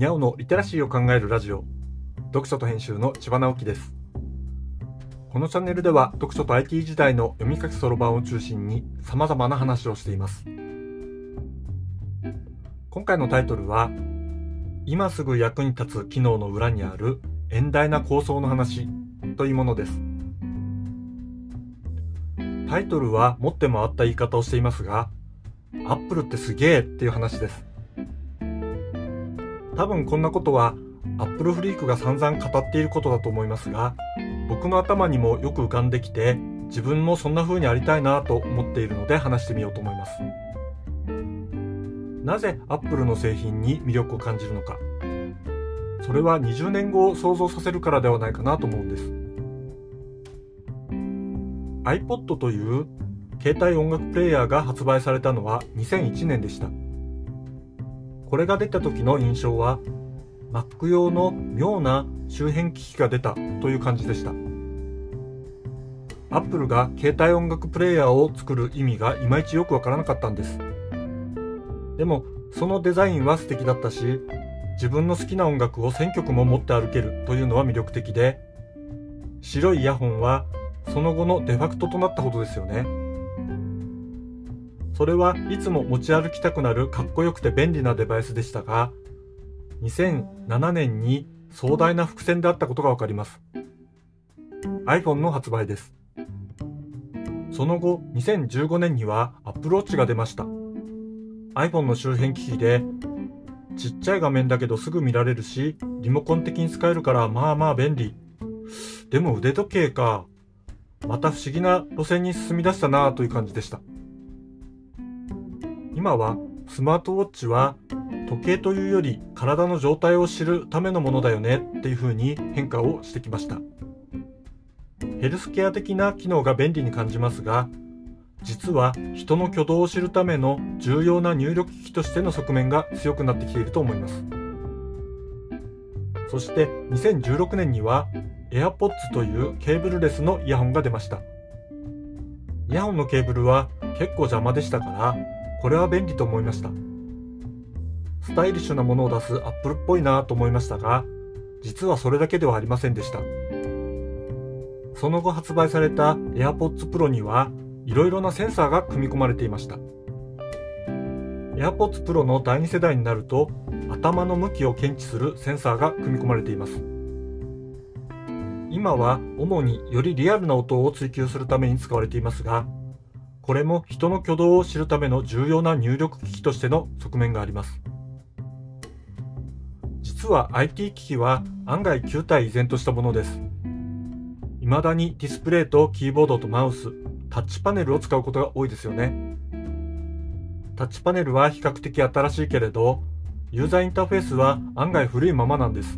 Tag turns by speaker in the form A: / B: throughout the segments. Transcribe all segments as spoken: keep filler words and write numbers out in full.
A: にゃおのリテラシーを考えるラジオ、読書と編集の千葉直樹です。このチャンネルでは読書と アイティー 時代の読み書きそろばんを中心に様々な話をしています。今回のタイトルは、今すぐ役に立つ機能の裏にある遠大な構想の話というものです。タイトルは持って回った言い方をしていますが、アップルってすげーっていう話です。多分こんなことはアップルフリークが散々語っていることだと思いますが、僕の頭にもよく浮かんできて、自分もそんな風にありたいなと思っているので話してみようと思います。なぜアップルの製品に魅力を感じるのか。それはにじゅうねんごを想像させるからではないかなと思うんです。iPod という携帯音楽プレイヤーが発売されたのはにせんいちねんでした。これが出た時の印象は Mac 用の妙な周辺機器が出たという感じでした。Apple が携帯音楽プレイヤーを作る意味がいまいちよくわからなかったんです。でもそのデザインは素敵だったし、自分の好きな音楽をせんきょくも持って歩けるというのは魅力的で、白いイヤホンはその後のデファクトとなったほどですよね。それはいつも持ち歩きたくなるかっこよくて便利なデバイスでしたが、にせんななねんに壮大な伏線であったことがわかります。iPhone の発売です。その後にせんじゅうごねんには Apple Watch が出ました。iPhone の周辺機器で、ちっちゃい画面だけどすぐ見られるし、リモコン的に使えるからまあまあ便利。でも腕時計か。また不思議な路線に進み出したなぁという感じでした。今はスマートウォッチは時計というより体の状態を知るためのものだよねっていう風に変化をしてきました。ヘルスケア的な機能が便利に感じますが、実は人の挙動を知るための重要な入力機器としての側面が強くなってきていると思います。そしてにせんじゅうろくねんには AirPods というケーブルレスのイヤホンが出ました。イヤホンのケーブルは結構邪魔でしたから、これは便利と思いました。スタイリッシュなものを出すアップルっぽいなと思いましたが、実はそれだけではありませんでした。その後発売された AirPods Pro にはいろいろなセンサーが組み込まれていました。AirPods Pro のだいに世代になると、頭の向きを検知するセンサーが組み込まれています。今は主によりリアルな音を追求するために使われていますが、これも人の挙動を知るための重要な入力機器としての側面があります。実は アイティー 機器は案外旧態依然としたものです。未だにディスプレイとキーボードとマウス、タッチパネルを使うことが多いですよね。タッチパネルは比較的新しいけれど、ユーザーインターフェースは案外古いままなんです。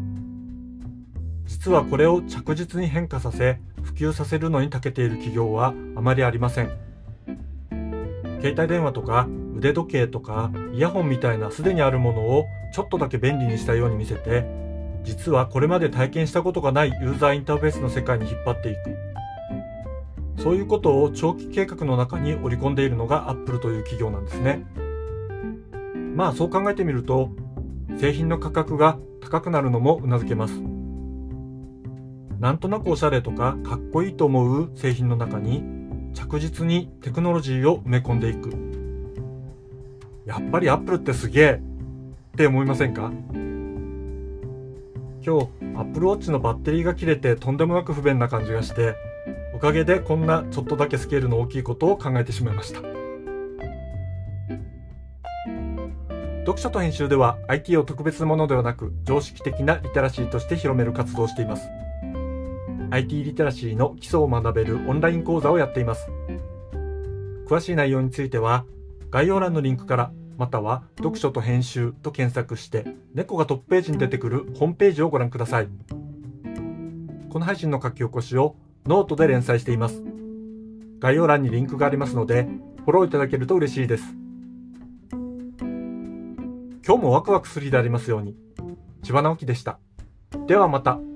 A: 実はこれを着実に変化させ、普及させるのに長けている企業はあまりありません。携帯電話とか腕時計とかイヤホンみたいなすでにあるものをちょっとだけ便利にしたように見せて、実はこれまで体験したことがないユーザーインターフェースの世界に引っ張っていく。そういうことを長期計画の中に織り込んでいるのが Apple という企業なんですね。まあそう考えてみると、製品の価格が高くなるのもうなずけます。なんとなくおしゃれとかかっこいいと思う製品の中に着実にテクノロジーを埋め込んでいく。やっぱり Apple ってすげえって思いませんか？今日 Apple Watch のバッテリーが切れてとんでもなく不便な感じがして、おかげでこんなちょっとだけスケールの大きいことを考えてしまいました。読書と編集では アイティー を特別なものではなく常識的なリテラシーとして広める活動をしています。アイティー リテラシーの基礎を学べるオンライン講座をやっています。詳しい内容については概要欄のリンクから、または読書と編集と検索して猫がトップページに出てくるホームページをご覧ください。この配信の書き起こしをノートで連載しています。概要欄にリンクがありますのでフォローいただけると嬉しいです。今日もワクワクする日でありますように。千葉直樹でした。ではまた。